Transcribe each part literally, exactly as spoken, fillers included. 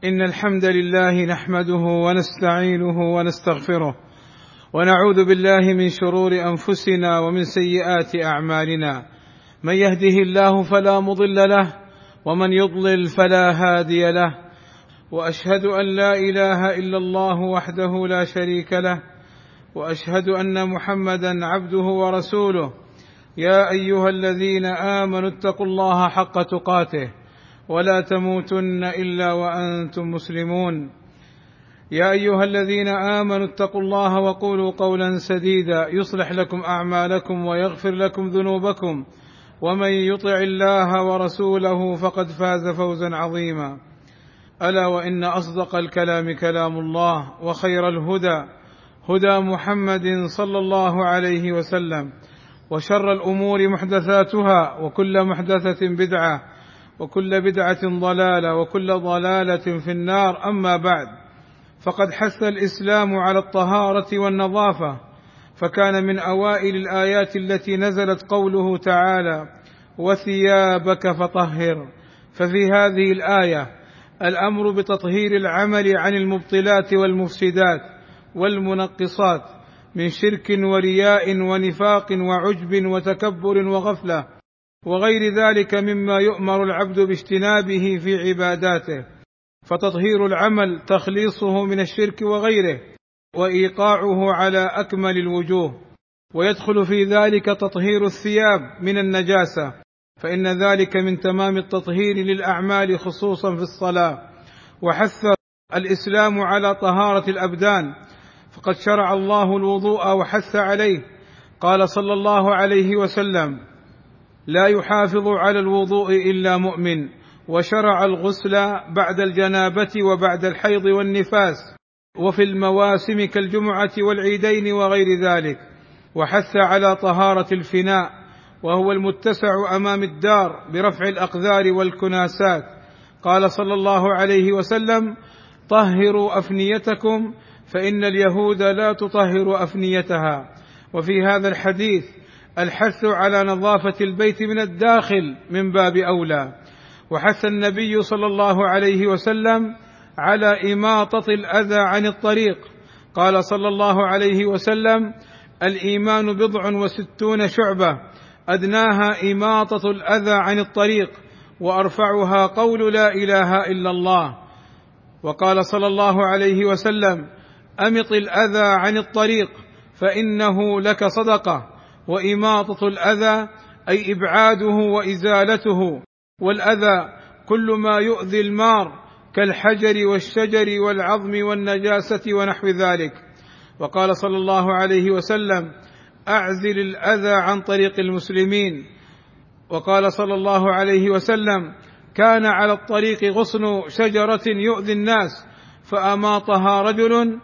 إن الحمد لله نحمده ونستعينه ونستغفره ونعوذ بالله من شرور أنفسنا ومن سيئات أعمالنا. من يهده الله فلا مضل له ومن يضلل فلا هادي له، وأشهد أن لا إله إلا الله وحده لا شريك له، وأشهد أن محمدا عبده ورسوله. يا أيها الذين آمنوا اتقوا الله حق تقاته ولا تموتن إلا وأنتم مسلمون. يا أيها الذين آمنوا اتقوا الله وقولوا قولا سديدا يصلح لكم أعمالكم ويغفر لكم ذنوبكم، ومن يطع الله ورسوله فقد فاز فوزا عظيما. ألا وإن أصدق الكلام كلام الله، وخير الهدى هدى محمد صلى الله عليه وسلم، وشر الأمور محدثاتها، وكل محدثة بدعة، وكل بدعة ضلالة، وكل ضلالة في النار. أما بعد، فقد حث الإسلام على الطهارة والنظافة، فكان من أوائل الآيات التي نزلت قوله تعالى: وثيابك فطهر. ففي هذه الآية الأمر بتطهير العمل عن المبطلات والمفسدات والمنقصات من شرك ورياء ونفاق وعجب وتكبر وغفلة وغير ذلك مما يؤمر العبد باجتنابه في عباداته. فتطهير العمل تخليصه من الشرك وغيره، وإيقاعه على أكمل الوجوه. ويدخل في ذلك تطهير الثياب من النجاسة، فإن ذلك من تمام التطهير للأعمال خصوصا في الصلاة. وحث الإسلام على طهارة الأبدان، فقد شرع الله الوضوء وحث عليه. قال صلى الله عليه وسلم: لا يحافظ على الوضوء إلا مؤمن. وشرع الغسل بعد الجنابة وبعد الحيض والنفاس، وفي المواسم كالجمعة والعيدين وغير ذلك. وحث على طهارة الفناء، وهو المتسع أمام الدار برفع الأقذار والكناسات. قال صلى الله عليه وسلم: طهروا أفنيتكم فإن اليهود لا تطهر أفنيتها. وفي هذا الحديث الحث على نظافة البيت من الداخل من باب أولى. وحث النبي صلى الله عليه وسلم على إماطة الأذى عن الطريق. قال صلى الله عليه وسلم: الإيمان بضع وستون شعبة، أدناها إماطة الأذى عن الطريق، وأرفعها قول لا إله إلا الله. وقال صلى الله عليه وسلم: أمط الأذى عن الطريق فإنه لك صدقة. وإماطة الأذى أي إبعاده وإزالته، والأذى كل ما يؤذي المار كالحجر والشجر والعظم والنجاسة ونحو ذلك. وقال صلى الله عليه وسلم: أعزل الأذى عن طريق المسلمين. وقال صلى الله عليه وسلم: كان على الطريق غصن شجرة يؤذي الناس فأماطها رجل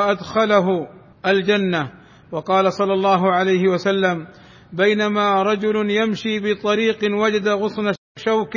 فأدخله الجنة. وقال صلى الله عليه وسلم: بينما رجل يمشي بطريق وجد غصن شوك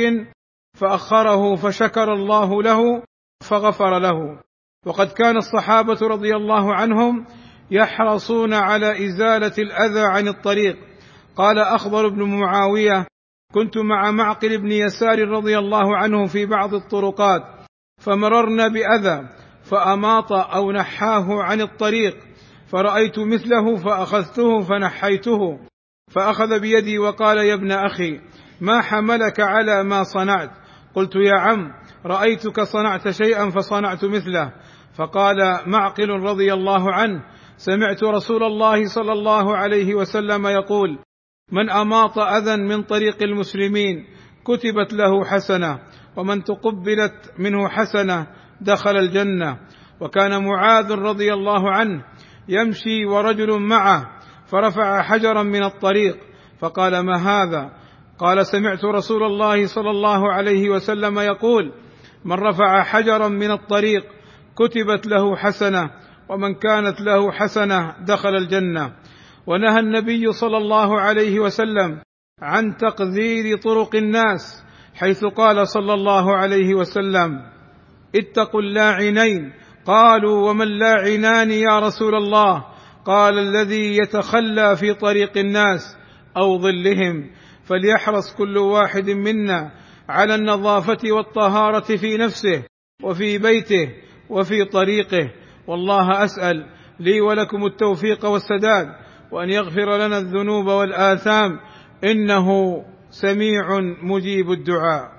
فأخره فشكر الله له فغفر له. وقد كان الصحابة رضي الله عنهم يحرصون على إزالة الأذى عن الطريق. قال أخضر بن معاوية: كنت مع معقل بن يسار رضي الله عنه في بعض الطرقات، فمررنا بأذى فأماط أو نحاه عن الطريق، فرأيت مثله فأخذته فنحيته، فأخذ بيدي وقال: يا ابن أخي، ما حملك على ما صنعت؟ قلت: يا عم، رأيتك صنعت شيئا فصنعت مثله. فقال معقل رضي الله عنه: سمعت رسول الله صلى الله عليه وسلم يقول: من أماط أذى من طريق المسلمين كتبت له حسنة، ومن تقبلت منه حسنة دخل الجنة. وكان معاذ رضي الله عنه يمشي ورجل معه فرفع حجرا من الطريق، فقال: ما هذا؟ قال: سمعت رسول الله صلى الله عليه وسلم يقول: من رفع حجرا من الطريق كتبت له حسنة، ومن كانت له حسنة دخل الجنة. ونهى النبي صلى الله عليه وسلم عن تقذير طرق الناس، حيث قال صلى الله عليه وسلم: اتقوا اللاعنين. قالوا: وما اللاعنان يا رسول الله؟ قال: الذي يتخلى في طريق الناس أو ظلهم. فليحرص كل واحد منا على النظافة والطهارة في نفسه وفي بيته وفي طريقه. والله أسأل لي ولكم التوفيق والسداد، وأن يغفر لنا الذنوب والآثام، إنه سميع مجيب الدعاء.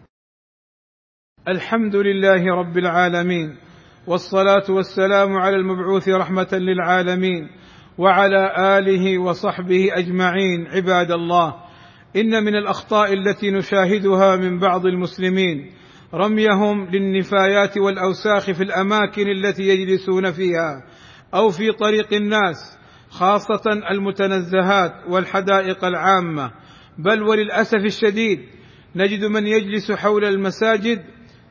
الحمد لله رب العالمين، والصلاة والسلام على المبعوث رحمة للعالمين، وعلى آله وصحبه أجمعين. عباد الله، إن من الأخطاء التي نشاهدها من بعض المسلمين رميهم للنفايات والأوساخ في الأماكن التي يجلسون فيها أو في طريق الناس، خاصة المتنزهات والحدائق العامة. بل وللأسف الشديد نجد من يجلس حول المساجد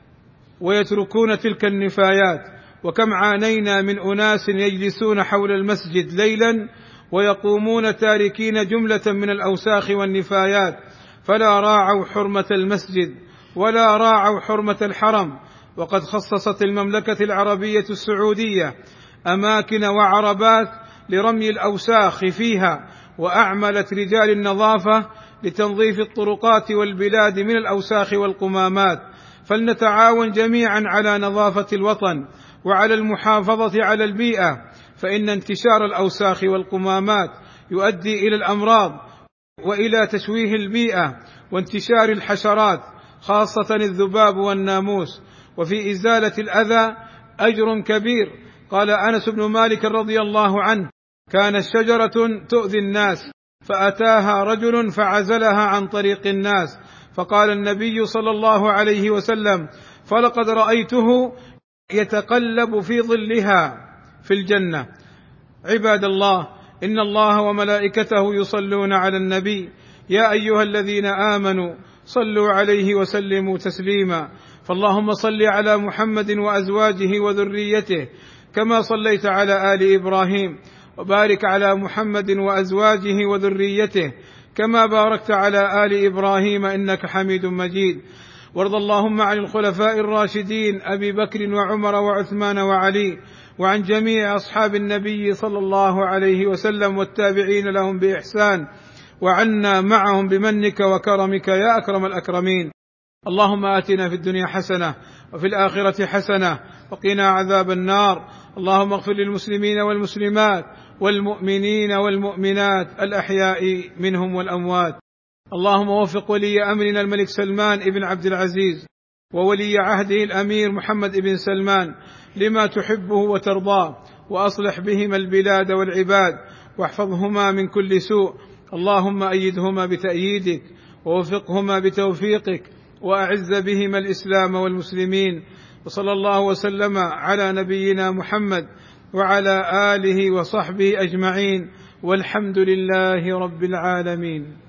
ويتركون تلك النفايات. وكم عانينا من أناس يجلسون حول المسجد ليلا ويقومون تاركين جملة من الأوساخ والنفايات، فلا راعوا حرمة المسجد ولا راعوا حرمة الحرم. وقد خصصت المملكة العربية السعودية أماكن وعربات لرمي الأوساخ فيها، وأعملت رجال النظافة لتنظيف الطرقات والبلاد من الأوساخ والقمامات. فلنتعاون جميعا على نظافة الوطن وعلى المحافظة على البيئة، فإن انتشار الأوساخ والقمامات يؤدي إلى الأمراض وإلى تشويه البيئة وانتشار الحشرات، خاصة الذباب والناموس. وفي إزالة الأذى أجر كبير. قال أنس بن مالك رضي الله عنه: كانت شجرة تؤذي الناس فأتاها رجل فعزلها عن طريق الناس، فقال النبي صلى الله عليه وسلم: فلقد رأيته يتقلب في ظلها في الجنة. عباد الله، إن الله وملائكته يصلون على النبي، يا أيها الذين آمنوا صلوا عليه وسلموا تسليما. فاللهم صل على محمد وأزواجه وذريته كما صليت على آل إبراهيم، وبارك على محمد وأزواجه وذريته كما باركت على آل إبراهيم إنك حميد مجيد. وارض اللهم عن الخلفاء الراشدين أبي بكر وعمر وعثمان وعلي، وعن جميع أصحاب النبي صلى الله عليه وسلم والتابعين لهم بإحسان، وعنا معهم بمنك وكرمك يا أكرم الأكرمين. اللهم آتنا في الدنيا حسنة وفي الآخرة حسنة وقنا عذاب النار. اللهم اغفر للمسلمين والمسلمات والمؤمنين والمؤمنات الأحياء منهم والأموات. اللهم وفق ولي أمرنا الملك سلمان بن عبد العزيز وولي عهده الأمير محمد بن سلمان لما تحبه وترضاه، وأصلح بهما البلاد والعباد، واحفظهما من كل سوء. اللهم أيدهما بتأييدك، ووفقهما بتوفيقك، وأعز بهما الإسلام والمسلمين. وصلى الله وسلم على نبينا محمد وعلى آله وصحبه أجمعين، والحمد لله رب العالمين.